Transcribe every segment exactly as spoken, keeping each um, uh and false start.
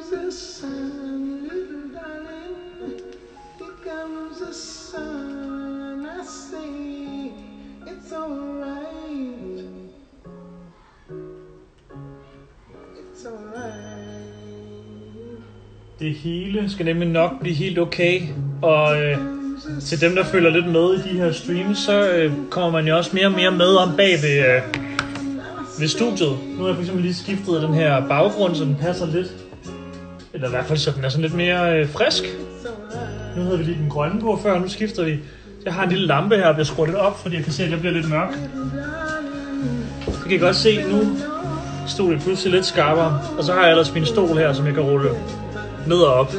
the sun, little darling. Here comes the sun. I say it's alright. It's alright. Det hele skal nemlig nok blive helt okay. Og øh, til dem, der følger lidt med i de her streams, så øh, kommer man jo også mere og mere med om bag ved, øh, ved studiet. Nu har jeg for eksempel lige skiftet den her baggrund, så den passer lidt. Eller i hvert fald, så den er sådan lidt mere øh, frisk. Nu havde vi lige den grønne på før, og nu skifter vi. Jeg har en lille lampe her, og jeg skruer lidt op, fordi jeg kan se, at jeg bliver lidt mørk. Så kan I godt se, nu stod det pludselig lidt skarpere. Og så har jeg ellers min stol her, som jeg kan rulle ned og op.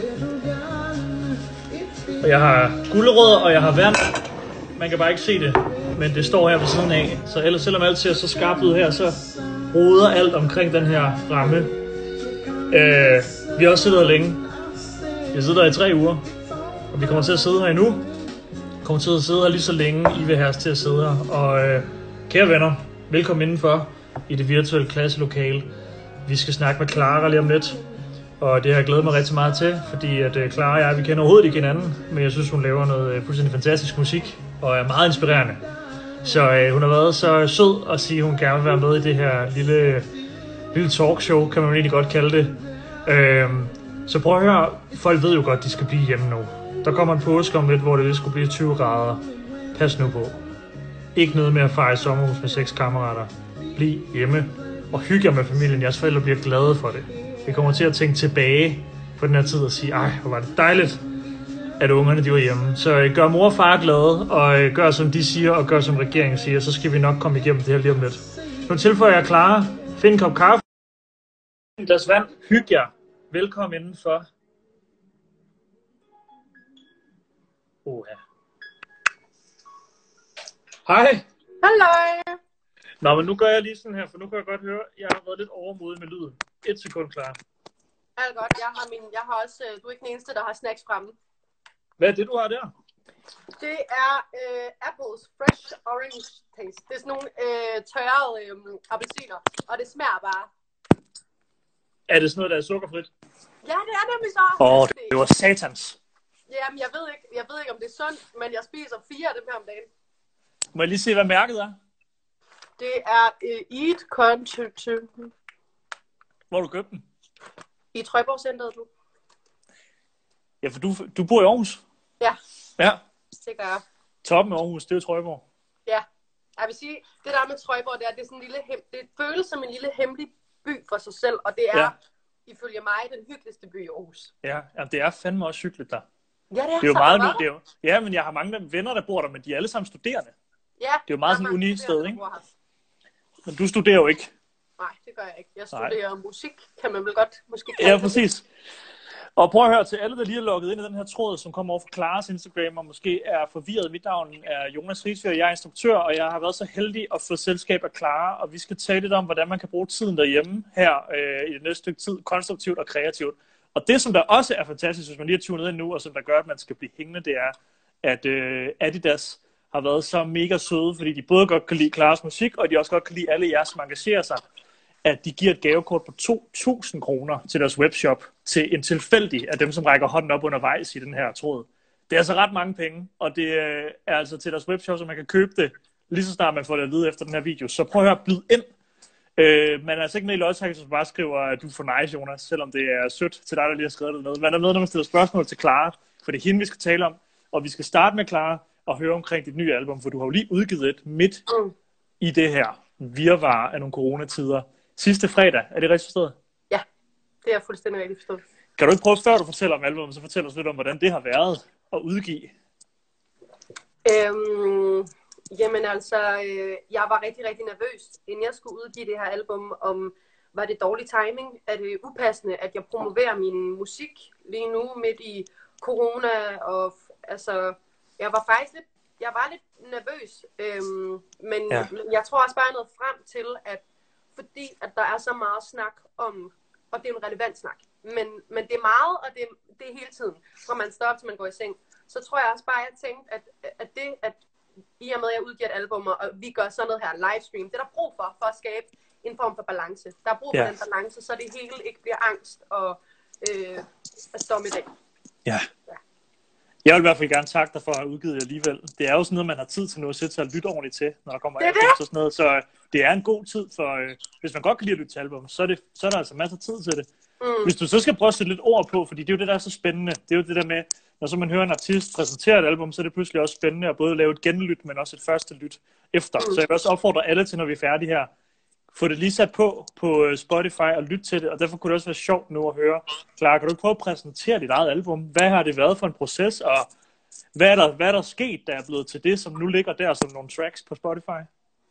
Og jeg har gulerødder, og jeg har vand. Man kan bare ikke se det, men det står her ved siden af. Så ellers, selvom alt ser så skarpt ud her, så roder alt omkring den her ramme. Øh, vi har også siddet her længe. Vi har siddet her i tre uger. Og vi kommer til at sidde her endnu. Vi kommer til at sidde her lige så længe, I vil have os til at sidde her. Og øh, kære venner, velkommen indenfor i det virtuelle klasselokale. Vi skal snakke med Clara lige om lidt. Og det har jeg glædet mig rigtig meget til, fordi at uh, Clara og jeg, vi kender overhovedet ikke hinanden, men jeg synes, hun laver noget uh, fuldstændig fantastisk musik, og er meget inspirerende. Så uh, hun har været så sød at sige, at hun gerne vil være med i det her lille, lille talkshow, kan man egentlig godt kalde det. Uh, så prøv at høre, folk ved jo godt, at de skal blive hjemme nu. Der kommer en påske om lidt, hvor det vil skulle blive tyve grader. Pas nu på. Ikke noget med at fejre sommerhus med seks kammerater. Bliv hjemme og hygge jer med familien. Jeres forældre bliver glade for det. Vi kommer til at tænke tilbage på den her tid og sige, ej, hvor var det dejligt, at ungerne de var hjemme. Så gør mor og far glade, og gør som de siger, og gør som regeringen siger, så skal vi nok komme igennem det her lige om lidt. Nu tilføjer jeg Clara. Find en kop kaffe. Et glas vand. Hyg jer. Velkommen indenfor. Oha. Hej. Halløj. Nå, men nu gør jeg lige sådan her, for nu kan jeg godt høre, jeg har været lidt overmodig med lyden. Et sekund, klar. Alt godt. Jeg har, min, jeg har også, du er ikke den eneste, der har snacks fremme. Hvad er det, du har der? Det er øh, Apples Fresh Orange Taste. Det er sådan nogle øh, tørrede øh, appelsiner, og det smager bare. Er det sådan noget, der er sukkerfrit? Ja, det er nemlig så. Åh, oh, det var satans. Jamen, jeg ved, ikke, jeg ved ikke, om det er sundt, men jeg spiser fire af dem her om dagen. Må jeg lige se, hvad mærket er? Det er øh, Eat Country. Hvor har du købt den? I Trøjborg Centeret, du. Ja, for du, du bor i Aarhus? Ja. Ja. Det gør jeg. Toppen af Aarhus, det er jo Trøjborg. Ja. Jeg vil sige, det der med Trøjborg, det er, det er sådan en lille hem- det føles som en lille hemmelig by for sig selv, og det er, ja. Ifølge mig, den hyggeligste by i Aarhus. Ja, jamen, det er fandme også hyggeligt der. Ja, det er, det er jo så meget, det er jo, ja, men jeg har mange venner, der bor der, men de er alle sammen studerende. Ja, det er jo meget sådan et unikt sted, ikke? Her. Men du studerer jo ikke. Nej, det gør jeg ikke. Jeg studerer Nej. musik, kan man vel godt måske kalde. Ja, præcis. Og prøv at høre til alle, der lige er logget ind i den her tråd, som kommer over fra Claras Instagram, og måske er forvirret. Mit navn er Jonas Risfjord, jeg er instruktør, og jeg har været så heldig at få selskab af Clara, og vi skal tale lidt om, hvordan man kan bruge tiden derhjemme her øh, i det næste stykke tid, konstruktivt og kreativt. Og det, som der også er fantastisk, hvis man lige er tunet ind nu, og som der gør, at man skal blive hængende, det er, at øh, Adidas har været så mega søde, fordi de både godt kan lide Claras musik, og de også godt kan lide alle jer, som engagerer sig, at de giver et gavekort på to tusind kroner til deres webshop til en tilfældig af dem, som rækker hånden op undervejs i den her tråd. Det er altså ret mange penge, og det er altså til deres webshop, så man kan købe det lige så snart man får det at vide efter den her video. Så prøv at høre, blid ind. Øh, man er altså ikke med i lodtrækningen, som bare skriver, at du er for nice, Jonas, selvom det er sødt til dig, der lige har skrevet det ned. Man er med, når man stiller spørgsmål til Clara, for det er hende, vi skal tale om. Og vi skal starte med Clara og høre omkring dit nye album, for du har jo lige udgivet et midt mm. i det her virvar af nogle coronatider. Sidste fredag, er det rigtigt forstået? Ja, det er fuldstændig rigtigt forstået. Kan du ikke prøve, før du fortæller om albumet, så fortæl os lidt om, hvordan det har været at udgive? Øhm, jamen altså, øh, jeg var rigtig, rigtig nervøs, inden jeg skulle udgive det her album, om var det dårlig timing? Er det upassende, at jeg promoverer min musik lige nu midt i corona? Og altså, jeg var faktisk lidt, jeg var lidt nervøs, øhm, men ja. jeg tror også bare, jeg nåede frem til, at fordi at der er så meget snak om, og det er en relevant snak, men, men det er meget, og det, det er hele tiden, fra man står op til man går i seng, så tror jeg også bare, at jeg tænkte, at, at det, at i og med, at jeg udgiver et album, og vi gør sådan noget her livestream, det er der brug for, for at skabe en form for balance. Der er brug for yeah. den balance, så det hele ikke bliver angst, og øh, altså dommedag. Ja. Jeg vil i hvert fald gerne takke dig for at have udgivet det alligevel. Det er jo sådan noget, man har tid til nu at sætte sig og lytte ordentligt til, når der kommer album og sådan noget. Så øh, det er en god tid for, øh, hvis man godt kan lide at lytte til album, så er, det, så er der altså masser af tid til det. Mm. Hvis du så skal prøve at sætte lidt ord på, fordi det er jo det, der er så spændende. Det er jo det der med, når så man hører en artist præsentere et album, så er det pludselig også spændende at både lave et genlyt, men også et første lyt efter. Mm. Så jeg vil også opfordre alle til, når vi er færdige her, få det lige sat på på Spotify og lytte til det, og derfor kunne det også være sjovt nu at høre. Clara, kan du prøve at præsentere dit eget album? Hvad har det været for en proces, og hvad er der, hvad er der sket, der er blevet til det, som nu ligger der som nogle tracks på Spotify?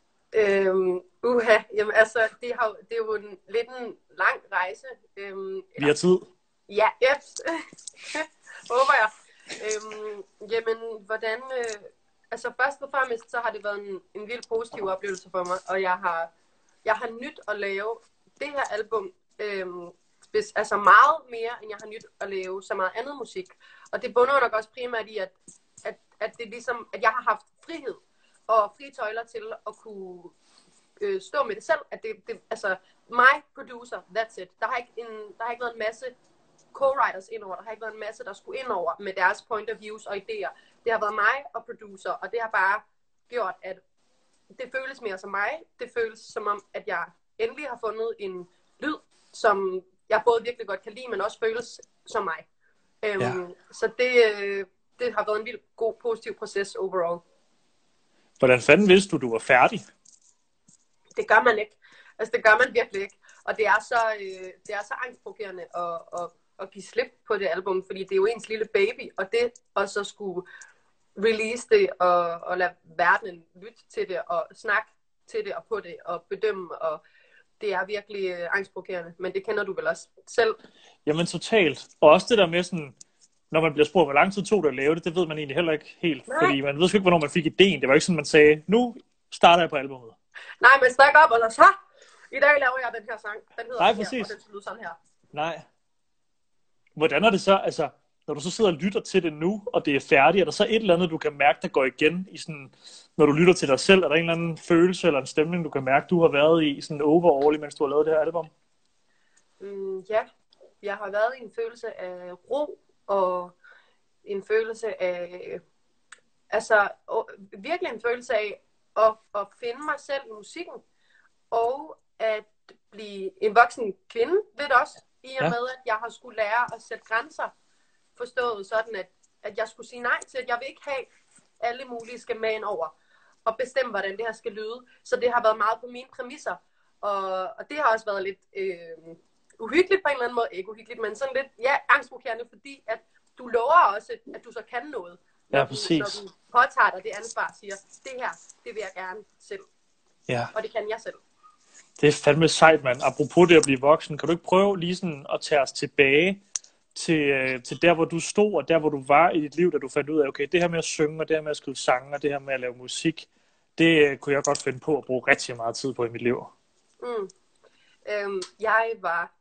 Øhm, uha, jamen altså, det, har, det er jo en, lidt en lang rejse. Øhm, Vi har tid. Ja, yes. Håber jeg. Øhm, jamen, hvordan... Øh, altså, først og fremmest, så har det været en, en vild positiv oplevelse for mig, og jeg har, jeg har nyt at lave det her album, øhm, hvis, altså meget mere, end jeg har nyt at lave så meget andet musik. Og det bunder nok også primært i, at, at, at det ligesom, at jeg har haft frihed og frie tøjler til at kunne øh, stå med det selv. At det, det, altså, mig, producer, that's it. Der har ikke, en, der har ikke været en masse co-writers indover. Der har ikke været en masse, der skulle indover med deres point of views og idéer. Det har været mig og producer, og det har bare gjort, at det føles mere som mig. Det føles som om, at jeg endelig har fundet en lyd, som jeg både virkelig godt kan lide, men også føles som mig. Øhm, ja. Så det, det har været en vild god, positiv proces overall. Hvordan fanden vidste du, du var færdig? Det gør man ikke. Altså, det gør man virkelig ikke. Og det er så, øh, det er så angstprovokerende at, at, at give slip på det album, fordi det er jo ens lille baby, og det og så skulle release det, og, og lade verdenen lytte til det, og snakke til det, og på det, og bedømme, og det er virkelig øh, angstprovokerende, men det kender du vel også selv? Jamen totalt. Og også det der med sådan, når man bliver spurgt, hvor lang tid tog det at lave det, det ved man egentlig heller ikke helt. Nej. Fordi man ved sgu ikke, hvornår man fik ideen. Det var ikke sådan, man sagde, nu starter jeg på albumet. Nej, men stak op, og så, i dag laver jeg den her sang. Den hedder Nej, her, præcis. og den skal lyde sådan her. Nej. Hvordan er det så, altså, når du så sidder og lytter til det nu, og det er færdigt, er der så et eller andet, du kan mærke, der går igen, i sådan, når du lytter til dig selv? Er der en eller anden følelse eller en stemning, du kan mærke, du har været i sådan overall, mens du har lavet det her album? Mm, ja, jeg har været i en følelse af ro, og en følelse af, altså virkelig en følelse af at, at finde mig selv i musikken, og at blive en voksen kvinde, ved det også, i og med, at jeg har skulle lære at sætte grænser, forstået sådan, at, at jeg skulle sige nej til, at jeg vil ikke have alle mulige skal med ind over, og bestemme, hvordan det her skal lyde. Så det har været meget på mine præmisser, og, og det har også været lidt øh, uhyggeligt på en eller anden måde, ikke uhyggeligt, men sådan lidt, ja, angstprovokerende, fordi at du lover også, at du så kan noget, når, ja, du, når du påtager dig det ansvar og siger, det her, det vil jeg gerne selv. Ja. Og det kan jeg selv. Det er fandme sejt, mand. Apropos det at blive voksen, kan du ikke prøve lige sådan at tage os tilbage til, øh, til der, hvor du stod, og der, hvor du var i dit liv, da du fandt ud af, okay, det her med at synge, og det her med at skrive sange, og det her med at lave musik, det øh, kunne jeg godt finde på at bruge rigtig meget tid på i mit liv. Mm. Øhm, jeg var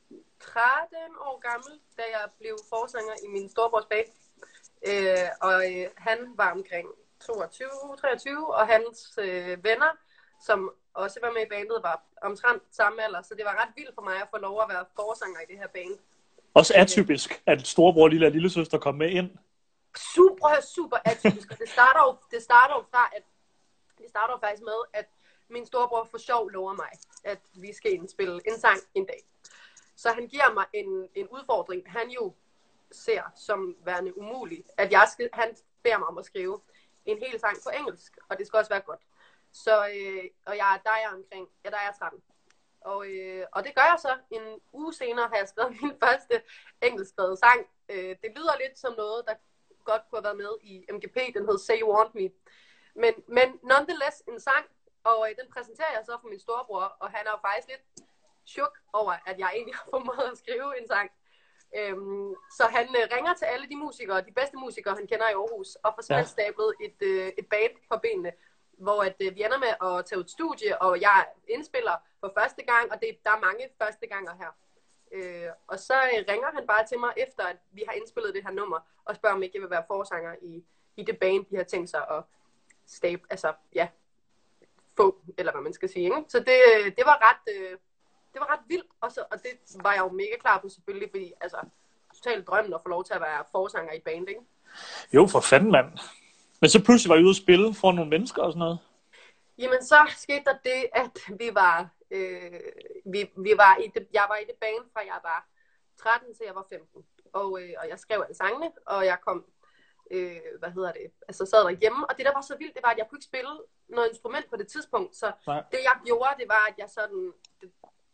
tretten år gammel, da jeg blev forsanger i min storebrors band. Øh, og øh, han var omkring toogtyve treogtyve, og hans øh, venner, som også var med i bandet, var omtrent samme alder. Så det var ret vildt for mig at få lov at være forsanger i det her band. Også atypisk, at storebror lille og lillesøster kom med ind. Super, super atypisk. Det starter jo, det starter jo fra, at det starter jo faktisk med, at min storebror for sjov lover mig, at vi skal indspille en sang en dag. Så han giver mig en, en udfordring, han jo ser som værende umulig. At jeg skal, han beder mig om at skrive en hel sang på engelsk, og det skal også være godt. Så, øh, og jeg, der er jeg omkring, ja, der er jeg tretten. Og, øh, og det gør jeg så. En uge senere har jeg skrevet min første engelskskrevet sang. Øh, det lyder lidt som noget, der godt kunne have været med i M G P. Den hed Say You Want Me. Men, men nonetheless en sang, og øh, den præsenterer jeg så for min storebror, og han er jo faktisk lidt chok over, at jeg egentlig har formået at skrive en sang. Øhm, så han øh, ringer til alle de musikere, de bedste musikere, han kender i Aarhus, og får simpelthen ja. stablet et, øh, et band på benene, hvor at, øh, vi ender med at tage ud studie, og jeg indspiller for første gang, og det, der er mange første ganger her. Øh, og så øh, ringer han bare til mig, efter at vi har indspillet det her nummer, og spørger, om ikke jeg vil være forsanger i, i det band, de har tænkt sig at stable, altså ja, få, eller hvad man skal sige. Ikke? Så det, det var ret, øh, det var ret vildt, og, så, og det var jeg jo mega klar på selvfølgelig, fordi altså, totalt drømmen at få lov til at være forsanger i et band, ikke? Jo, for fanden, mand. Men så pludselig var I ude at spille for nogle mennesker og sådan noget? Jamen, så skete der det, at vi var, øh, vi, vi var i det, jeg var i det band fra jeg var tretten til jeg var femten. Og, øh, og jeg skrev alle sangene, og jeg kom, øh, hvad hedder det, altså sad derhjemme. Og det, der var så vildt, det var, at jeg kunne ikke spille noget instrument på det tidspunkt. Så Nej. det, jeg gjorde, det var, at jeg sådan det,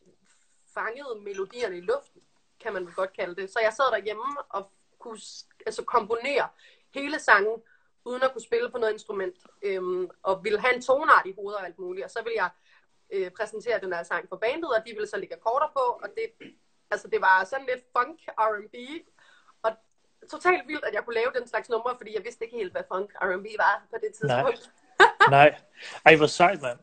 fangede melodierne i luften, kan man vel godt kalde det. Så jeg sad derhjemme og kunne altså, komponere hele sangen, uden at kunne spille på noget instrument, øhm, og ville have en tonart i hovedet og alt muligt, og så ville jeg øh, præsentere den her sang for bandet, og de ville så lægge akkorder på, og det, altså det var sådan lidt funk R and B, og totalt vildt, at jeg kunne lave den slags numre, fordi jeg vidste ikke helt, hvad funk R and B var på det tidspunkt. Nej, Nej. Ej, hvor sejt, mand.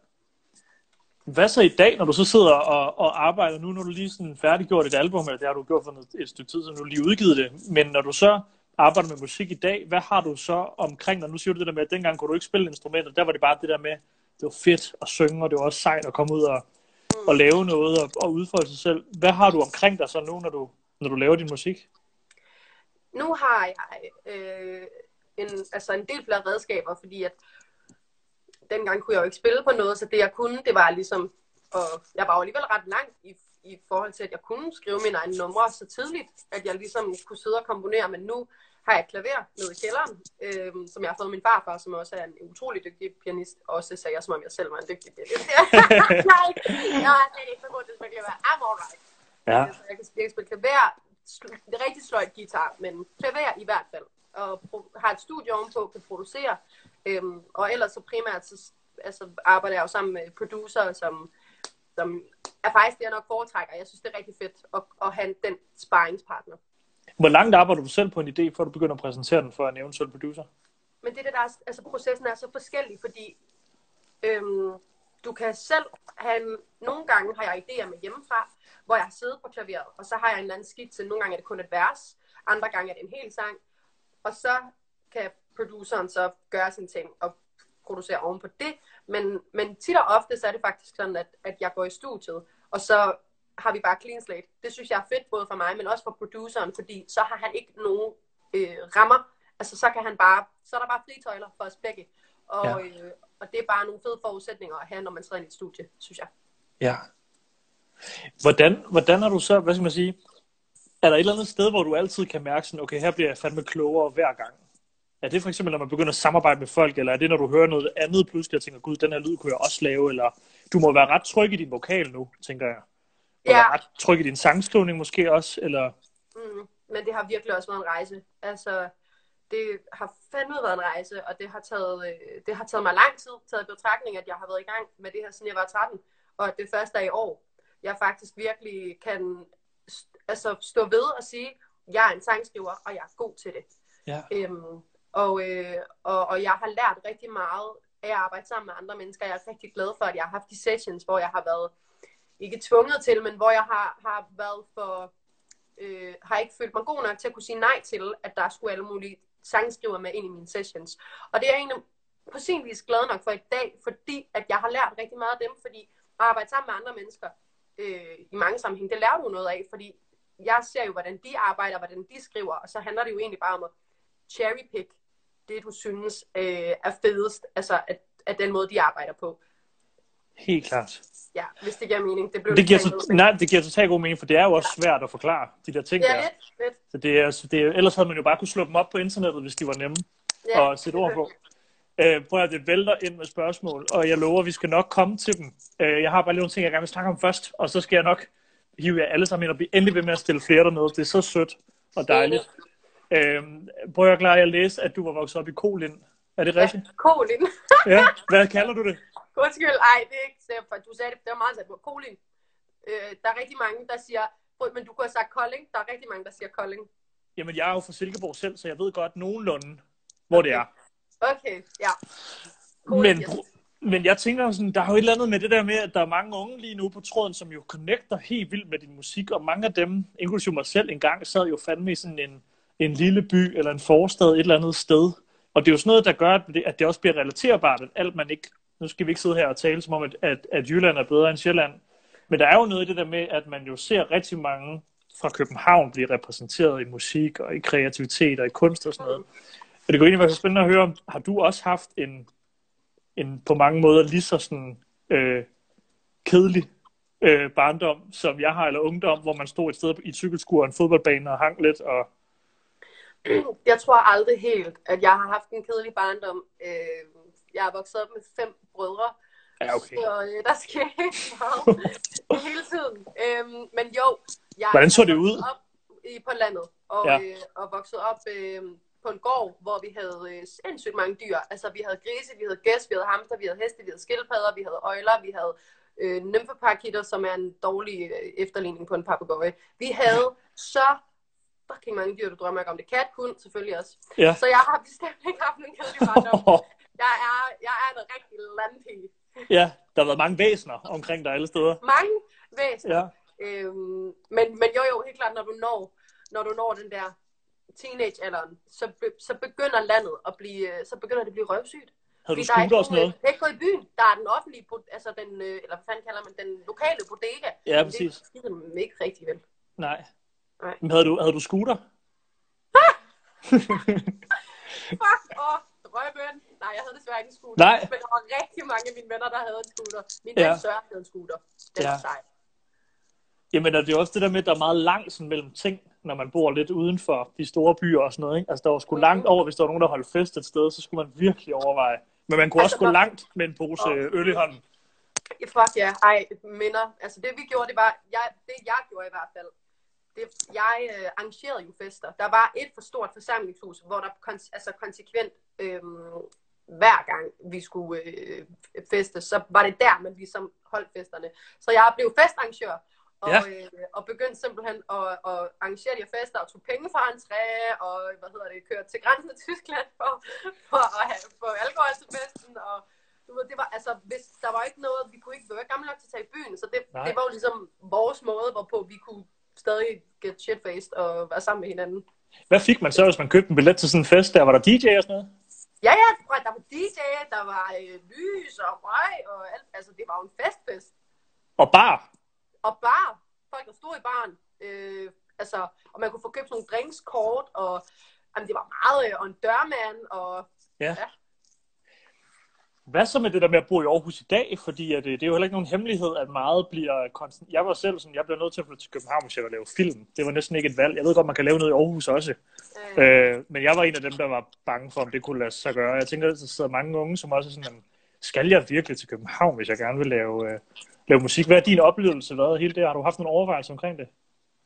Hvad så i dag, når du så sidder og, og arbejder nu, når du lige sådan færdiggjort et album, eller det har du gjort for et stykke tid, så nu lige udgivet det, men når du så arbejder med musik i dag, hvad har du så omkring, når nu siger du det der med, at dengang kunne du ikke spille instrumenter, der var det bare det der med, det var fedt at synge, og det var også sejt at komme ud og, mm. og lave noget og, og udfolde sig selv. Hvad har du omkring dig så nu, når du, når du laver din musik? Nu har jeg øh, en, altså en del flere redskaber, fordi at dengang kunne jeg jo ikke spille på noget, så det jeg kunne, det var ligesom, og jeg var jo alligevel ret langt i i forhold til, at jeg kunne skrive mine egne numre så tidligt, at jeg ligesom kunne sidde og komponere, men nu har jeg et klaver nede i kælderen, øhm, som jeg har fået min farfar, som også er en utrolig dygtig pianist, også sagde jeg, som om jeg selv var en dygtig pianist. Nej, jeg er ikke så god til at spille klaver. I'm alright. Ja. Så jeg kan spille, spille klaver, det er rigtig sløjt guitar, men klaver i hvert fald, og har et studie ovenpå, kan producere, øhm, og ellers så primært, så altså, arbejder jeg jo sammen med producer, som som er faktisk det, jeg nok foretrækker. Jeg synes, det er rigtig fedt at, at have den sparringspartner. Hvor langt arbejder du selv på en idé, før du begynder at præsentere den for en eventuel producer? Men det, der er, altså processen er så forskellig, fordi øhm, du kan selv have en, nogle gange har jeg idéer med hjemmefra, hvor jeg har siddet på klaveret, og så har jeg en eller anden skitse. Nogle gange er det kun et vers, andre gange er det en hel sang, og så kan produceren så gøre sine ting og producere oven på det, men, men tit og ofte så er det faktisk sådan, at, at jeg går i studiet, og så har vi bare clean slate. Det synes jeg er fedt, både for mig, men også for produceren, fordi så har han ikke nogen øh, rammer, altså så kan han bare, så er der bare frie tøjler for os begge, og, ja. øh, og det er bare nogle fede forudsætninger at have, når man træder ind i et studie, synes jeg. Ja. Hvordan, hvordan er du så, hvad skal man sige, er der et eller andet sted, hvor du altid kan mærke sådan, okay, her bliver jeg fandme klogere hver gang? Er det for eksempel, når man begynder at samarbejde med folk, eller er det, når du hører noget andet pludselig, og tænker, gud, den her lyd kunne jeg også lave, eller du må være ret tryg i din vokal nu, tænker jeg. Du ja. Være ret tryg i din sangskrivning måske også, eller? Mm, men det har virkelig også været en rejse. Altså, det har fandme været en rejse, og det har taget, det har taget mig lang tid, taget i betragtning, at jeg har været i gang med det her, siden jeg var tretten, og det første er i år. Jeg faktisk virkelig kan altså, stå ved og sige, jeg er en sangskriver, og jeg er god til det. Ja. Øhm, Og, øh, og, og jeg har lært rigtig meget af at arbejde sammen med andre mennesker. Jeg er rigtig glad for, at jeg har haft de sessions, hvor jeg har været, ikke tvunget til, men hvor jeg har, har været for, øh, har ikke følt mig god nok til at kunne sige nej til, at der skulle alle mulige sangskriver med ind i mine sessions. Og det er jeg egentlig på sin vis glad nok for i dag, fordi at jeg har lært rigtig meget af dem, fordi at arbejde sammen med andre mennesker øh, i mange sammenhæng, det lærer du noget af, fordi jeg ser jo, hvordan de arbejder, hvordan de skriver, og så handler det jo egentlig bare om at cherrypick det, du synes øh, er fedest, altså at, at den måde, de arbejder på. Helt klart. Ja, hvis det giver mening. Det, blev det, giver så, nej, det giver totalt god mening, for det er jo også ja. svært at forklare de der ting. Ja, der. lidt, lidt. Så det er, så det er, ellers havde man jo bare kunne slå dem op på internettet, hvis de var nemme ja. at sætte ord på. Øh, prøv at det vælter ind med spørgsmål, og jeg lover, at vi skal nok komme til dem. Øh, jeg har bare lige nogle ting, jeg gerne vil snakke om først, og så skal jeg nok hive jer alle sammen ind og blive endelig ved med at stille flere dernede. Det er så sødt og dejligt. Øhm, prøv at klare at læse, at du var vokset op i Kolind. Er det rigtigt? Ja, Kolind. Ja, hvad kalder du det? Undskyld, ej, det er ikke for du sagde det, det var meget sat på Kolind. Øh, der er rigtig mange, der siger, men du kunne have sagt Kolding. Der er rigtig mange, der siger Kolding. Jamen, jeg er jo fra Silkeborg selv, så jeg ved godt nogenlunde, hvor okay. det er. Okay, ja. Kolind, men, yes. men jeg tænker sådan, der er jo et eller andet med det der med, at der er mange unge lige nu på tråden, som jo connecter helt vildt med din musik, og mange af dem, inklusive mig selv engang, sad jo fandme i sådan en en lille by eller en forstad et eller andet sted. Og det er jo sådan noget, der gør, at det også bliver relaterbart, at alt man ikke, nu skal vi ikke sidde her og tale som om, at, at, at Jylland er bedre end Sjælland, Men der er jo noget i det der med, at man jo ser rigtig mange fra København blive repræsenteret i musik og i kreativitet og i kunst og sådan noget. Og det kunne egentlig være så spændende at høre, har du også haft en, en på mange måder lige så sådan øh, kedelig øh, barndom, som jeg har, eller ungdom, hvor man stod et sted i et cykelskur og en fodboldbane og hang lidt? Og... Jeg tror aldrig helt, at jeg har haft en kedelig barndom. Jeg er vokset op med fem brødre, ja, okay. så øh, der sker ikke meget hele tiden. Øhm, men jo, jeg Hvordan så det ud? Op i, på landet, og, ja. øh, og vokset op øh, på en gård, hvor vi havde øh, sindssygt mange dyr. Altså, vi havde grise, vi havde gæs, vi havde hamster, vi havde heste, vi havde skildpadder, vi havde øgler, vi havde øh, nymfeparakitter, som er en dårlig øh, efterligning på en papegøje. Vi havde så fucking mange dyr, du drømmer ikke om det. Kat, hund, selvfølgelig også. Ja. Så jeg har bestemt ikke haft en kedelig barndom. Jeg er, jeg er en rigtig landpige. Ja, der har været mange væsener omkring dig alle steder. Mange væsener. Ja. Øhm, men, men jo jo, helt klart, når du når, når du når den der teenagealderen, så, be, så begynder landet at blive, så begynder det at blive røvsygt. Havde du scooter og sådan noget? Det er ikke gået i byen. Der er den offentlige, altså den, eller hvad fanden kalder man, den lokale bodega. Ja, præcis. Det gider man ikke rigtig vel. Nej. Nej. Men havde du, havde du scooter? Fuck off, røvbøn. Nej, jeg havde desværre ikke en scooter. Nej. Men der var rigtig mange af mine venner, der havde en scooter. Min ja. ven Søren havde en scooter. Den ja. er sej. Jamen, er det jo også det der med, at der er meget langt sådan, mellem ting, når man bor lidt uden for de store byer og sådan noget, ikke? Altså, der var sgu mm-hmm. langt over, hvis der var nogen, der holdt fest et sted, så skulle man virkelig overveje. Men man kunne altså, også gå langt med en pose oh. øl i hånden. Fuck ja, ej, minder. Altså, det vi gjorde, det var, jeg, det jeg gjorde i hvert fald, det, jeg øh, arrangerede jo fester. Der var et for stort forsamlingshus, hvor der kon- altså konsekvent øh, hver gang vi skulle øh, feste, så var det der, man ligesom holdt festerne. Så jeg blev festarrangør, og, ja. øh, og begyndte simpelthen at, at arrangere de her fester, og tog penge fra entré, og hvad hedder det, kørte til grænsen af Tyskland for, for at have for alkohol til festen, og du ved, det var, altså, hvis der var ikke noget, vi kunne ikke, vi var ikke gamle nok til at tage i byen, så det, det var jo ligesom vores måde, hvorpå vi kunne stadig get shit-faced og være sammen med hinanden. Hvad fik man så, hvis man købte en billet til sådan en fest der? Var der D J og sådan noget? Ja, ja, der var D J, der var øh, lys og røg og alt. Altså, det var jo en festfest. Og bar? Og bar. Folk, der stod i baren. Øh, altså, og man kunne få købt sådan nogle drinkskort, og jamen, det var meget, øh, og en dørmand, og ja. ja. Hvad så med det der med at bo i Aarhus i dag? Fordi at, det er jo heller ikke nogen hemmelighed, at meget bliver konstant. Jeg var selv sådan, jeg blev nødt til at flytte til København, hvis jeg ville lave film. Det var næsten ikke et valg. Jeg ved godt, man kan lave noget i Aarhus også. Øh. Øh, men jeg var en af dem, der var bange for, om det kunne lade sig gøre. Jeg tænker, at der sidder mange unge, som også er sådan, skal jeg virkelig til København, hvis jeg gerne vil lave, øh, lave musik? Hvad er din oplevelse? Hvad er hele det? Har du haft nogle overvejelser omkring det?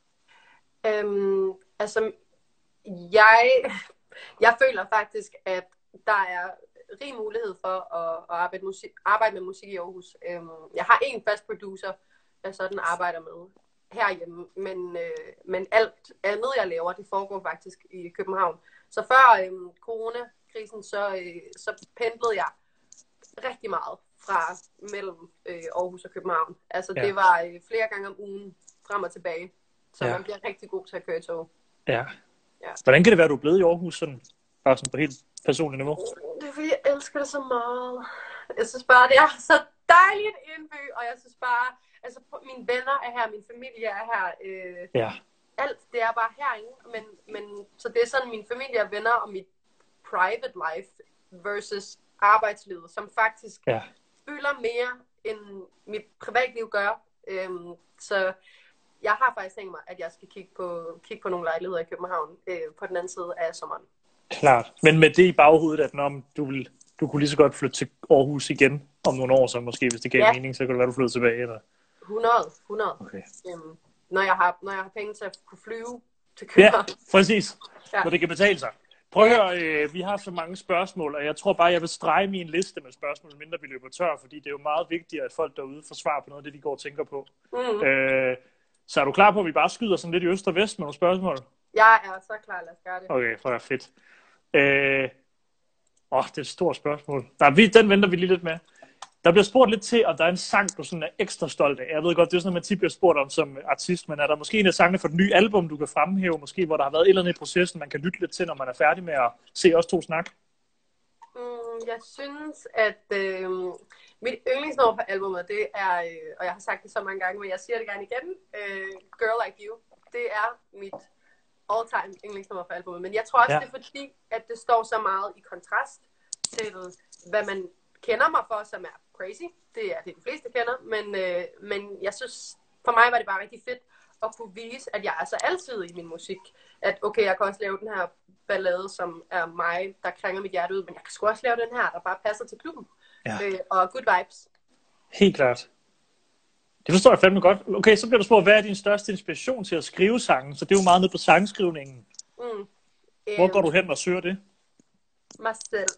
Øhm, altså, jeg, jeg føler faktisk, at der er rig mulighed for at, at arbejde, musik, arbejde med musik i Aarhus. Øhm, jeg har en fast producer, jeg sådan arbejder med herhjemme, men, øh, men alt andet, jeg laver, det foregår faktisk i København. Så før øh, coronakrisen, så, øh, så pendlede jeg rigtig meget fra mellem øh, Aarhus og København. Altså ja. Det var øh, flere gange om ugen, frem og tilbage. Så ja. Man bliver rigtig god til at køre i tog. Ja. Ja. Hvordan kan det være, at du er blevet i Aarhus sådan, bare sådan på helt personligt niveau? Det er fordi, jeg elsker det så meget. Jeg synes bare, det er så dejligt i en by, og jeg synes bare, altså mine venner er her, min familie er her. Øh, ja. Alt, det er bare herinde. Men, men, så det er sådan min familie og venner og mit private life versus arbejdslivet, som faktisk ja. fylder mere, end mit privatliv gør. Øhm, så jeg har faktisk tænkt mig, at jeg skal kigge på, kigge på nogle lejligheder i København øh, på den anden side af sommeren. Klart. Men med det i baghovedet, at når du, vil, du kunne lige så godt flytte til Aarhus igen om nogle år, så måske, hvis det gav ja. mening, så kunne det være, du flyttede tilbage, eller? hundrede, hundrede. Okay. Øhm, når, jeg har, når jeg har penge til at kunne flyve til København. Ja, præcis. Ja. Når det kan betale sig. Prøv at høre, øh, vi har så mange spørgsmål, og jeg tror bare, jeg vil strege min liste med spørgsmål, mindre vi løber tør, fordi det er jo meget vigtigt, at folk derude får svar på noget af det, de går og tænker på. Mm. Øh, så er du klar på, at vi bare skyder sådan lidt i øst og vest med nogle spørgsmål? Jeg er så klar, lad os gøre det. Okay, for det er fedt. Øh, åh, det er et stort spørgsmål. Der er, den venter vi lige lidt med. Der bliver spurgt lidt til, om der er en sang, du sådan er ekstra stolt af. Jeg ved godt, det er sådan noget, man tit bliver spurgt om som artist, men er der måske en af sangene for et nye album, du kan fremhæve, måske hvor der har været et eller andet i processen, man kan lytte lidt til, når man er færdig med at se os to snak? Mm, jeg synes, at øh, Mit yndlingsnummer på albumet, det er, øh, og jeg har sagt det så mange gange, men jeg siger det gerne igen, øh, Girl Like You. Det er mit all-time yndlingsnummer på albumet. Men jeg tror også, ja. det er fordi, at det står så meget i kontrast til, hvad man kender mig for, som er crazy. Det er det, de fleste kender. Men, øh, men jeg synes, for mig var det bare rigtig fedt at kunne vise, at jeg er så altid i min musik. At okay, jeg kan også lave den her ballade, som er mig, der krænger mit hjerte ud, men jeg kan sgu også lave den her, der bare passer til klubben. Ja. Øh, og good vibes. Helt klart. Det forstår jeg fandme godt. Okay, så bliver du spurgt, hvad er din største inspiration til at skrive sangen? Så det er jo meget ned på sangskrivningen. Mm. Hvor går du hen og søger det? Mig selv.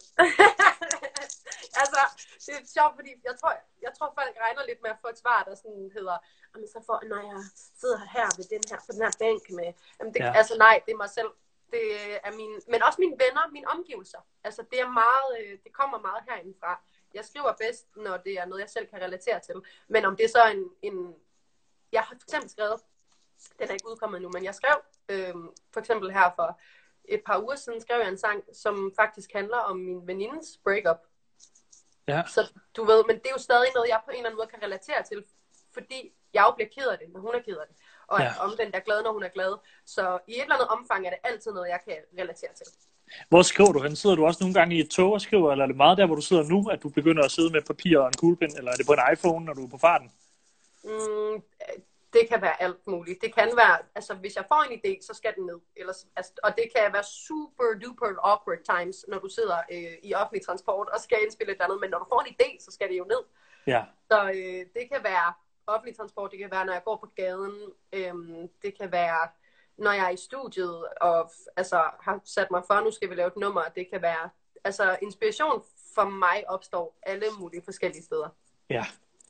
Altså, det er sjovt, fordi jeg tror, jeg tror folk regner lidt med at få et svar, der sådan hedder, jamen så for, når jeg sidder her ved den her, på den her bænk med, jamen det, ja. altså nej, det er mig selv. Det er min, men også mine venner, mine omgivelser. Altså det er meget, det kommer meget herindefra. Jeg skriver bedst, når det er noget, jeg selv kan relatere til. Men om det er så en, en jeg har for eksempel skrevet, den er ikke udkommet nu, men jeg skrev, øh, for eksempel her for et par uger siden, skrev jeg en sang, som faktisk handler om min venindes breakup. Ja. Så du ved, men det er jo stadig noget, jeg på en eller anden måde kan relatere til, fordi jeg jo bliver ked af det, når hun er ked af det. Og ja. omvendt er glad, når hun er glad. Så i et eller andet omfang er det altid noget, jeg kan relatere til. Hvor skriver du hen? Sidder du også nogle gange i et tog og skriver, eller er det meget der, hvor du sidder nu, at du begynder at sidde med papir og en kuglepen, eller er det på en iPhone, når du er på farten? Mm, det kan være alt muligt. Det kan være, altså hvis jeg får en idé, så skal den ned. Ellers, altså, og det kan være super duper awkward times, når du sidder øh, i offentlig transport og skal indspille et eller andet, men når du får en idé, så skal det jo ned. Ja. Så øh, det kan være offentlig transport, det kan være, når jeg går på gaden, øhm, det kan være, når jeg er i studiet og altså, har sat mig for, nu skal vi lave et nummer, det kan være, altså inspiration for mig opstår alle mulige forskellige steder. Ja.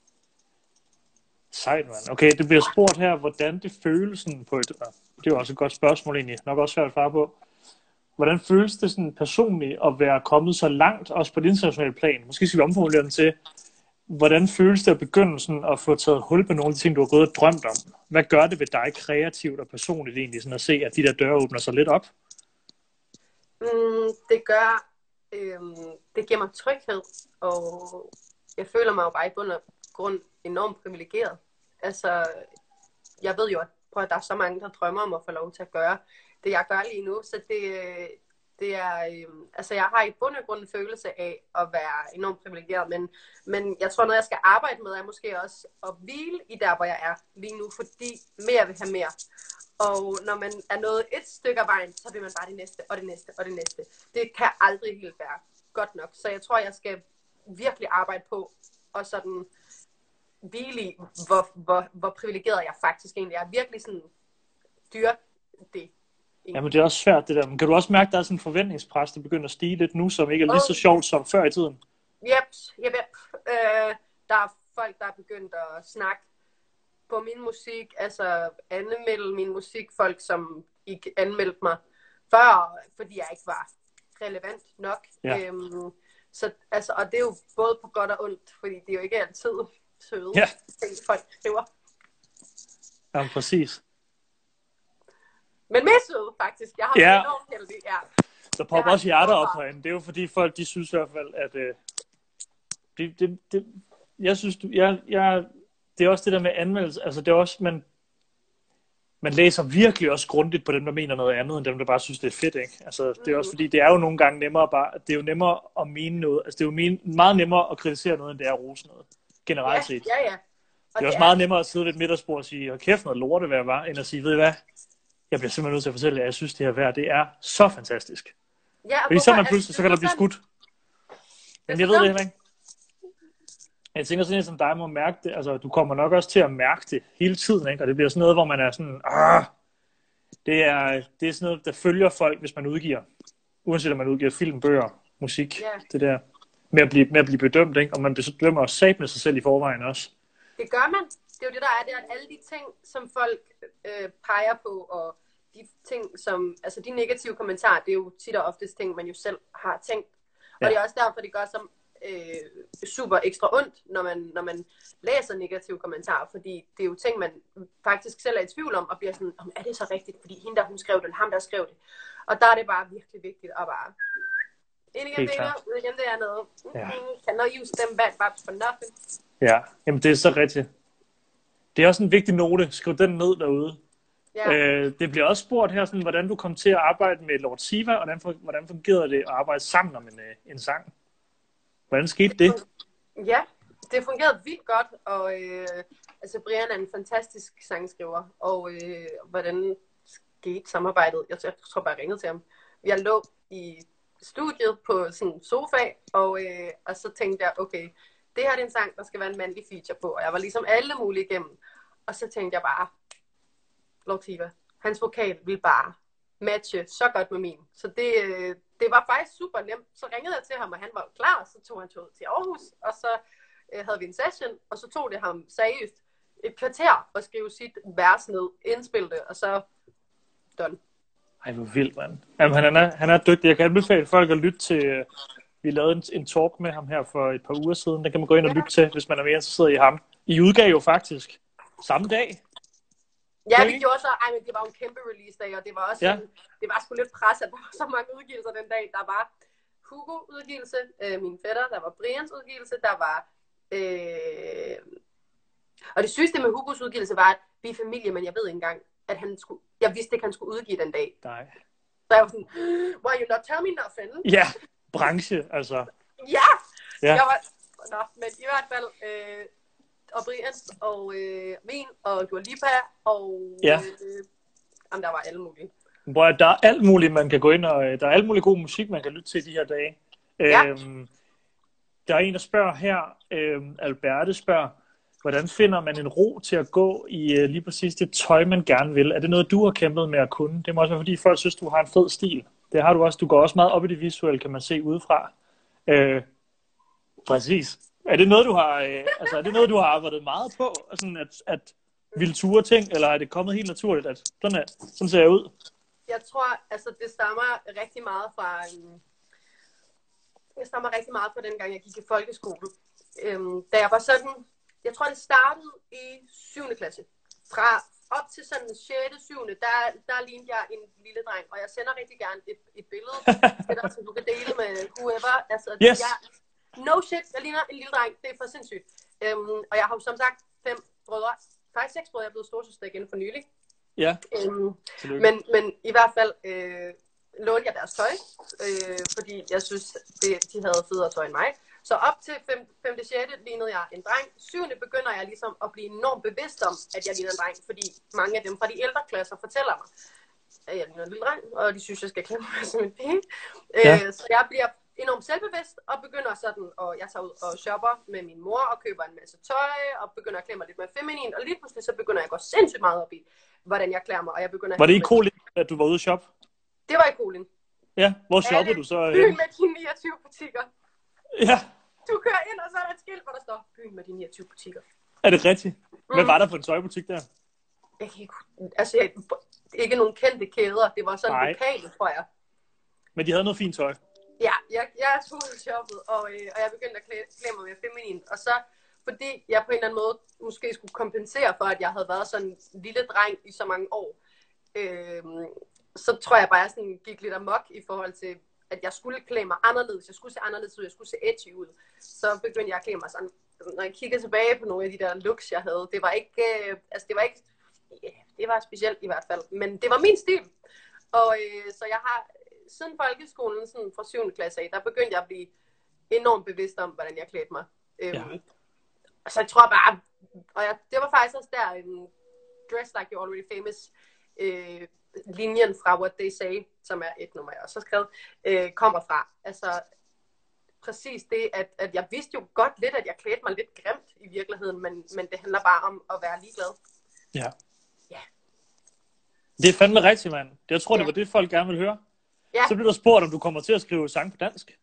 Sejt, mand. Okay, det bliver spurgt her, hvordan det føles sådan på et, det er jo også et godt spørgsmål egentlig, nok også svært at svare på. Hvordan føles det sådan personligt at være kommet så langt, også på det internationale plan? Måske skal vi omformulere den til, hvordan føles det at begynde sådan at få taget hul på nogle af de ting, du har gået og drømt om? Hvad gør det ved dig kreativt og personligt egentlig, sådan at se, at de der døre åbner sig lidt op? Mm, det gør, øh, det giver mig tryghed, og jeg føler mig jo bare i bund og grund enormt privilegeret. Altså, jeg ved jo, at, prøv, at der er så mange, der drømmer om at få lov til at gøre det, jeg gør lige nu, så det... Det er, øh, altså jeg har i bund og grund en følelse af at være enormt privilegeret, men, men jeg tror noget, jeg skal arbejde med, er måske også at hvile i der, hvor jeg er lige nu, fordi mere vil have mere. Og når man er nået et stykke af vejen, så vil man bare det næste, og det næste, og det næste. Det kan aldrig helt være godt nok. Så jeg tror, jeg skal virkelig arbejde på, og sådan hvile i, hvor, hvor, hvor privilegeret jeg faktisk egentlig er. Virkelig sådan dyrke det. Jamen det er også svært det der, men kan du også mærke, at der er sådan en forventningspres, der begynder at stige lidt nu, som ikke er lige så sjovt som før i tiden? Yep, yep, yep. Øh, der er folk, der er begyndt at snakke på min musik, altså anmelde min musik, folk som ikke anmeldte mig før, fordi jeg ikke var relevant nok. Ja. Øhm, så, altså, og det er jo både på godt og ondt, fordi det er jo ikke altid søde ja. ting, folk skriver. Jamen præcis. Men mest søde, faktisk. Jeg har været ja. enormt heldig. Ja. Der popper også hjerter op herinde. Det er jo fordi folk, de synes i hvert fald, at øh, det, det, det, jeg synes, du, jeg, jeg, det er også det der med anmeldelse. Altså det er også, man, man læser virkelig også grundigt på dem, der mener noget andet, end dem, der bare synes, det er fedt, ikke? Altså det er også fordi, det er jo nogle gange nemmere bare, det er jo nemmere at mene noget. Altså det er jo mene, meget nemmere at kritisere noget, end det er at rose noget. Generelt ja, set. Ja, ja. Og det er det også er... meget nemmere at sidde ved et middagsbord og sige, og kæft noget lorte, hvad jeg var, end at sige, ved I hvad? Jeg bliver simpelthen nødt til at fortælle, at jeg synes, det her vejr, det er så fantastisk. Ja, fordi så er man pludselig, så kan der blive skudt. Men jeg ved det heller ikke. Jeg tænker sådan en som dig må mærke det. Altså, du kommer nok også til at mærke det hele tiden, ikke? Og det bliver sådan noget, hvor man er sådan, ah, det er, det er sådan noget, der følger folk, hvis man udgiver. Uanset om man udgiver film, bøger, musik, yeah. det der. Med at blive, med at blive bedømt, ikke? Og man bedømmer også sat med sig selv i forvejen også. Det gør man. Det er jo det, der er, det er, at alle de ting, som folk øh, peger på, og de ting, som, altså de negative kommentarer, det er jo tit og oftest ting, man jo selv har tænkt. Ja. Og det er også derfor, det gør som øh, super ekstra ondt, når man, når man læser negative kommentarer, fordi det er jo ting, man faktisk selv er i tvivl om, og bliver sådan, er det så rigtigt, fordi hende der, hun skrev det, eller ham der skrev det. Og der er det bare virkelig vigtigt at bare Ind igen Helt det ene, klart. ud igen det andet. Ja. Mm-hmm. Cannot use them bad vibes for nothing. Ja, jamen det er så rigtigt. Det er også en vigtig note. Skriv den ned derude. Ja. Øh, det bliver også spurgt her, sådan, hvordan du kom til at arbejde med Lord Siva, og hvordan, hvordan fungerede det at arbejde sammen om en, øh, en sang? Hvordan skete det? Ja, det fungerede vildt godt, og øh, altså Brian er en fantastisk sangskriver, og øh, hvordan skete samarbejdet? Jeg tror, jeg tror bare, jeg ringede til ham. Jeg lå i studiet på sådan en sofa, og, øh, og så tænkte jeg, okay, det her er en sang, der skal være en mandlig feature på, og jeg var ligesom alle mulige igennem. Og så tænkte jeg bare, Lord Siva, hans vokal ville bare matche så godt med min. Så det, øh, det var faktisk super nemt. Så ringede jeg til ham, og han var klar, og så tog han toget til Aarhus, og så øh, havde vi en session, og så tog det ham seriøst et kvarter at skrive sit vers ned, indspille det, og så done. Ej, hvor vildt, mand. Jamen, han er, han er dygtig. Jeg kan anbefale folk at lytte til... Vi lavede en, en talk med ham her for et par uger siden. Den kan man gå ind og lytte til, hvis man er mere interesseret i ham. I udgav jo faktisk samme dag. Ja, Okay. vi gjorde så... Ej, men det var jo en kæmpe release-dag, og det var også... Ja. En, det var sgu lidt pres, at der var så mange udgivelser den dag. Der var Hugo-udgivelse, øh, min fætter, der var Brians udgivelse, der var... Øh... Og det sygeste med Hugos udgivelse var, at vi er familie, men jeg ved ikke engang, at han skulle... Jeg vidste ikke, han skulle udgive den dag. Nej. Så jeg var sådan, why you not tell me nothing? Ja, branche, altså. Ja! Ja. Jeg var... Nå, men i hvert fald... Øh... Og Brians, og øh, min, og Dua Lipa, og... Ja. Øh... Jamen, der var alle mulige. Hvor der er alt muligt, man kan gå ind og... Der er alt muligt god musik, man kan lytte til de her dage. Ja. Øhm, der er en, der spørger her, øhm, Alberte spørger, hvordan finder man en ro til at gå i øh, lige præcis det tøj, man gerne vil? Er det noget, du har kæmpet med at kunne? Det må også være, fordi folk synes, du har en fed stil. Det har du også. Du går også meget op i det visuelle, kan man se udefra. Øh, præcis. Er det noget, du har, øh, altså, er det noget, du har arbejdet meget på? Sådan at, at ville ture ting, eller er det kommet helt naturligt, at sådan, er, sådan ser jeg ud? Jeg tror, altså det stammer rigtig meget fra... Um, det stammer rigtig meget fra den gang, jeg gik i folkeskole. Um, da jeg var sådan... Jeg tror, det startede i syvende klasse. Fra op til sådan sjette syvende, der, der lignede jeg en lille dreng. Og jeg sender rigtig gerne et, et billede til dig, som du kan dele med whoever. Altså, Yes. jeg, no shit, jeg ligner en lille dreng. Det er for sindssygt. Um, og jeg har jo som sagt fem brødre. Faktisk seks brødre, jeg er blevet storsøster igen for nylig. Ja. Um, men, men i hvert fald øh, lånte jeg deres tøj, øh, fordi jeg synes, det, de havde federe tøj end mig. Så op til femte sjette lignede jeg en dreng. syvende begynder jeg ligesom at blive enormt bevidst om, at jeg ligner en dreng, fordi mange af dem fra de ældre klasser fortæller mig, at jeg ligner en lille dreng, og de synes, jeg skal klæde mig som en pige. Ja. Øh, så jeg bliver enormt selvbevidst, og begynder sådan, og jeg tager ud og shopper med min mor, og køber en masse tøj, og begynder at klæde mig lidt mere feminin, og lige pludselig så begynder jeg at gå sindssygt meget op i, hvordan jeg klæder mig, og jeg begynder... Var det i Kolin, at du var ude at shoppe? Det var i Kolin. Ja, hvor shoppede du så? Byen med de niogtyve butikker. Ja. Du kører ind, og så er der et skilt, hvor der står, byen med de niogtyve butikker. Er det rigtigt? Hvad Mm. var der på en tøjbutik der? Jeg kan ikke, altså, jeg, ikke nogen kendte kæder. Det var sådan Nej. lokale, tror jeg. Men de havde noget fint tøj. Ja, jeg, jeg tog ud og shoppede, og, øh, og jeg begyndte at klæde, klæde mig mere feminint. Og så, fordi jeg på en eller anden måde måske skulle kompensere for, at jeg havde været sådan en lille dreng i så mange år, øh, så tror jeg bare, at jeg sådan gik lidt amok i forhold til, at jeg skulle klæde mig anderledes. Jeg skulle se anderledes ud, jeg skulle se edgy ud. Så begyndte jeg at klæde mig sådan. Når jeg kigger tilbage på nogle af de der looks, jeg havde, det var ikke, øh, altså det var ikke, yeah, det var specielt i hvert fald, men det var min stil. Og øh, så jeg har, siden folkeskolen, sådan fra syvende klasse af, der begyndte jeg at blive enormt bevidst om, hvordan jeg klædte mig. Øhm, Ja. Så jeg tror bare, og jeg, det var faktisk også der, en Dress Like You're Already Famous, øh, linjen fra What They Say, som er et nummer, jeg også har skrevet, øh, kommer fra. Altså, præcis det, at, at jeg vidste jo godt lidt, at jeg klædte mig lidt grimt i virkeligheden, men, men det handler bare om at være ligeglad. Ja. Ja. Det er fandme rigtigt, mand. Jeg tror, Ja. det var det, folk gerne vil høre. Ja. Så bliver der spurgt, om du kommer til at skrive sang på dansk.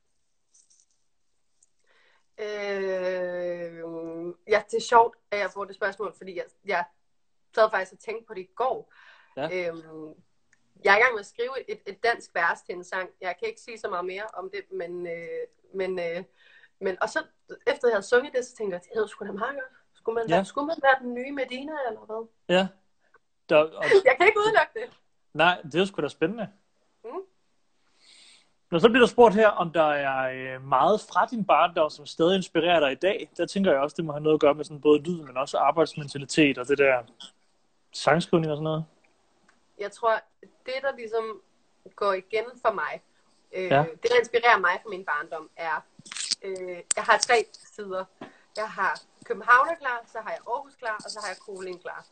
Øh, ja, det er sjovt, at jeg får det spørgsmål, fordi jeg, jeg sad faktisk og tænkte på det i går. Ja. Øhm, jeg er i gang med at skrive et, et dansk vers til en sang. Jeg kan ikke sige så meget mere om det, men, øh, men, øh, men og så efter jeg havde sunget det, så tænkte jeg, det hedder sgu da meget godt. Skulle man, Ja. være, skulle man være den nye Medina, eller hvad? Ja. Der, og, Jeg kan ikke udelukke det. nej, det er sgu da spændende. Mm. Når så bliver der spurgt her, om der er meget fra din barndom, som stadig inspirerer dig i dag, der tænker jeg også, det må have noget at gøre med sådan både lyd, men også arbejdsmentalitet og det der sangskrivning og sådan noget. Jeg tror, det der ligesom går igen for mig, øh, ja. det der inspirerer mig fra min barndom, er, øh, jeg har tre sider. Jeg har Københavner klar, så har jeg Aarhus klar, og så har jeg Kolding klar.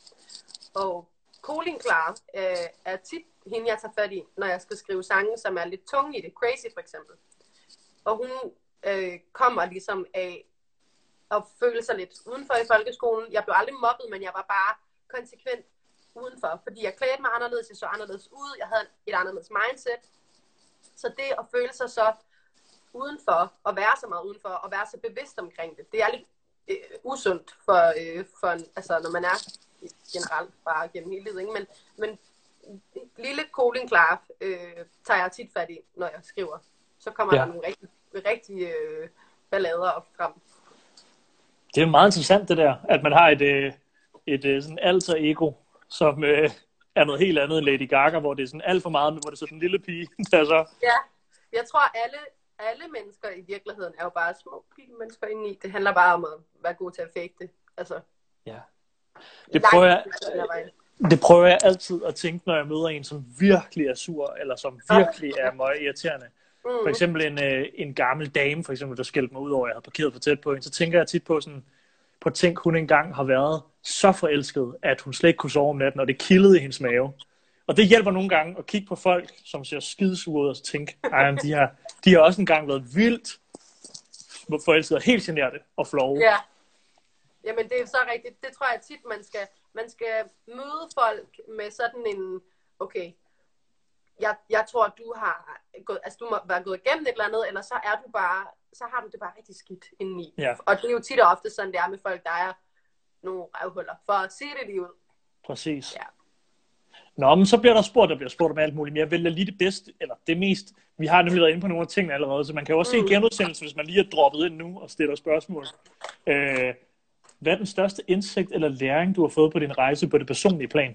Og Kolding klar øh, er tit hende, jeg tager fat i, når jeg skal skrive sange, som er lidt tunge i det. Crazy for eksempel. Og hun øh, kommer ligesom af at føle sig lidt udenfor i folkeskolen. Jeg blev aldrig mobbet, men jeg var bare konsekvent udenfor, fordi jeg klædte mig anderledes, jeg så anderledes ud, jeg havde et anderledes mindset. Så det at føle sig så udenfor, og være så meget udenfor, og være så bevidst omkring det, det er lidt øh, usundt for, øh, for en, altså når man er generelt bare gennem hele livet, ikke? Men, men lille Kolding klar øh, tager jeg tit fat i, når jeg skriver. Så kommer ja. der nogle rigtig, rigtig øh, ballader op frem. Det er jo meget interessant det der, at man har et, et, et sådan alter ego, som øh, er noget helt andet end Lady Gaga, hvor det er sådan alt for meget, hvor det er sådan en lille pige. Der så... Ja, jeg tror alle, alle mennesker i virkeligheden er jo bare små pige mennesker indeni. Det handler bare om at være god til at fake det. Altså, ja. Det prøver, jeg, det prøver jeg altid at tænke, når jeg møder en, som virkelig er sur, eller som virkelig er meget irriterende. Mm. For eksempel en, en gammel dame, for eksempel, der skældte mig ud over, at jeg havde parkeret for tæt på hende. Så tænker jeg tit på sådan, på tænk, hun engang har været så forelsket, at hun slet ikke kunne sove om natten, og det kildede i hendes mave. Og det hjælper nogle gange at kigge på folk, som ser skidesure ud, og så tænke, ej, de har, de har også engang været vildt forelsket, og helt generte og flove. Ja, jamen det er så rigtigt. Det tror jeg tit, man skal, man skal møde folk med sådan en, okay, jeg, jeg tror, du har gået, altså du må være gået igennem et eller andet, eller så er du bare, så har du det bare rigtig skidt indeni. Ja. Og det er jo tit og ofte sådan, det er med folk, der er nogle røvhuller, for at sige det lige ud. Præcis. Ja. Nå, men så bliver der spurgt, der bliver spurgt om alt muligt, men jeg vælger lige det bedste, eller det mest, vi har nemlig været inde på nogle af tingene allerede, så man kan jo også mm. se en genudsendelse, hvis man lige er droppet ind nu og stiller spørgsmål. Øh, hvad er den største indsigt eller læring, du har fået på din rejse på det personlige plan?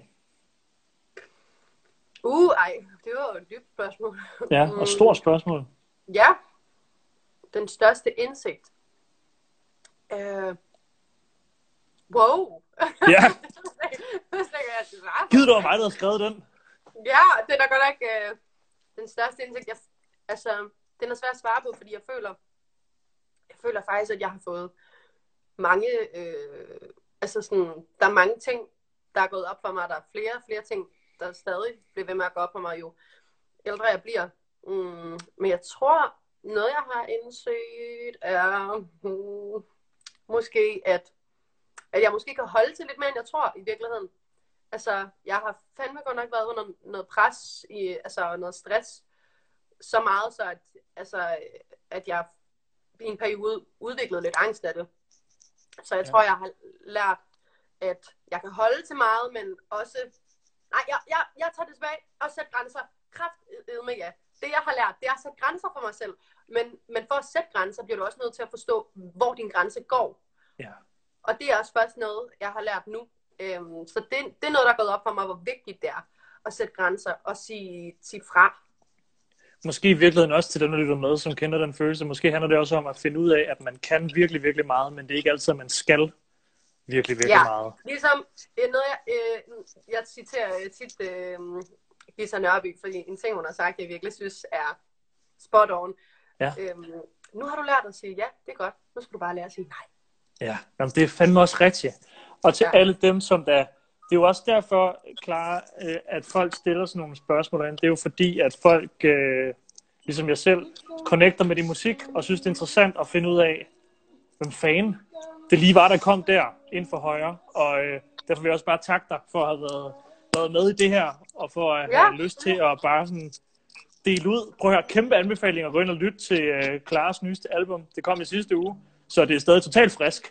Uh, ej, det var jo et dybt spørgsmål. Ja, og stort spørgsmål. Ja, den største indsigt. Uh, wow. Ja. jeg Gider du mig, der har skrevet den? Ja, det er godt nok uh, den største indsigt. Jeg, altså, den er svært at svare på, fordi jeg føler, jeg føler faktisk, at jeg har fået mange, øh, altså sådan, der er mange ting, der er gået op for mig. Der er flere flere ting, der stadig bliver ved med at gå op for mig, jo ældre jeg bliver. Mm, men jeg tror, noget jeg har indset er hmm, måske, at, at jeg måske kan holde til lidt mere, end jeg tror i virkeligheden. Altså, jeg har fandme godt nok været under noget pres, i, altså noget stress, så meget så, at, altså, at jeg i en periode udviklede lidt angst af det. Så jeg ja. tror, jeg har lært, at jeg kan holde til meget, men også... Nej, jeg, jeg, jeg tager det tilbage og sætter grænser. Kraftedme, ja. Det, jeg har lært, det er at sætte grænser for mig selv. Men, men for at sætte grænser, bliver du også nødt til at forstå, hvor din grænse går. Ja. Og det er også først noget, jeg har lært nu. Øhm, så det, det er noget, der er gået op for mig, hvor vigtigt det er at sætte grænser og sige, sige fra. Måske i virkeligheden også til den, der lytter med, som kender den følelse. Måske handler det også om at finde ud af, at man kan virkelig, virkelig meget, men det er ikke altid, at man skal virkelig, virkelig ja, meget. Ligesom noget, jeg, øh, jeg citerer tit øh, Gita Nørby, fordi en ting, hun har sagt, jeg virkelig synes er spot on. Ja. Øhm, nu har du lært at sige, ja, det er godt. Nu skal du bare lære at sige nej. Ja, jamen, det er fandme også rigtigt. Og til ja. alle dem, som der... Det er jo også derfor, Clara, at folk stiller sådan nogle spørgsmål. Det er jo fordi, at folk, øh, ligesom jeg selv, connecter med din musik, og synes, det er interessant at finde ud af, hvem fanden det lige var, der kom der inden for højre. Og øh, derfor vil jeg også bare takke dig for at have været, været med i det her, og for at have ja. lyst til at bare sådan dele ud. Prøv at høre, kæmpe anbefalinger. Gå ind og lytte til øh, Claras nyeste album. Det kom i sidste uge, så det er stadig totalt frisk.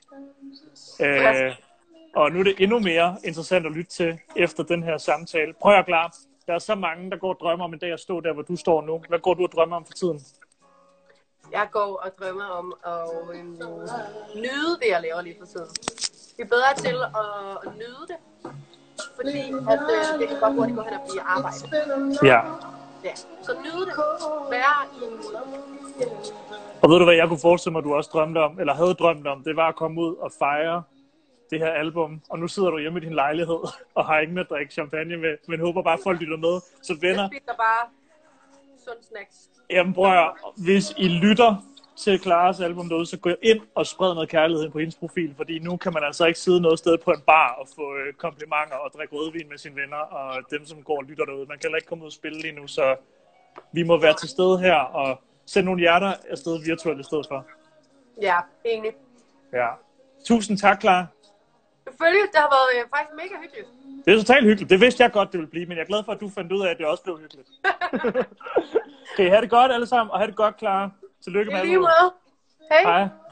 Øh, Og nu er det endnu mere interessant at lytte til efter den her samtale. Prøv at klare. Der er så mange, der går og drømmer om en dag at stå der, hvor du står nu. Hvad går du og drømmer om for tiden? Jeg går og drømmer om at øh, nyde det, jeg laver lige for tiden. Vi er bedre til at nyde det, fordi at, øh, det kan godt hurtigt gå hen og blive arbejde. Ja. Ja, så nyd det. Vær i en... Og ved du hvad jeg kunne forestille mig, du også drømte om, eller havde drømt om, det var at komme ud og fejre det her album. Og nu sidder du hjemme i din lejlighed og har ingen at drikke champagne med, men håber bare, at folk lytter med. Så venner... Jeg spiser bare sund snacks. Jamen bror, hvis I lytter til Claras album derude, så gå ind og spred noget kærlighed på hendes profil, fordi nu kan man altså ikke sidde noget sted på en bar og få komplimenter og drikke rødvin med sine venner og dem, som går og lytter derude. Man kan heller ikke komme ud og spille lige nu, så vi må være til stede her og sende nogle hjerter afsted virtuelt i stedet for. Ja, enig. Ja. Tusind tak, Clara. Selvfølgelig, det har været øh, faktisk mega hyggeligt. Det er totalt hyggeligt. Det vidste jeg godt, det ville blive, men jeg er glad for, at du fandt ud af, at det også blev hyggeligt. Okay, have det godt alle sammen, og have det godt, Clara. Tillykke med det. Lige måde. Hej. Hej.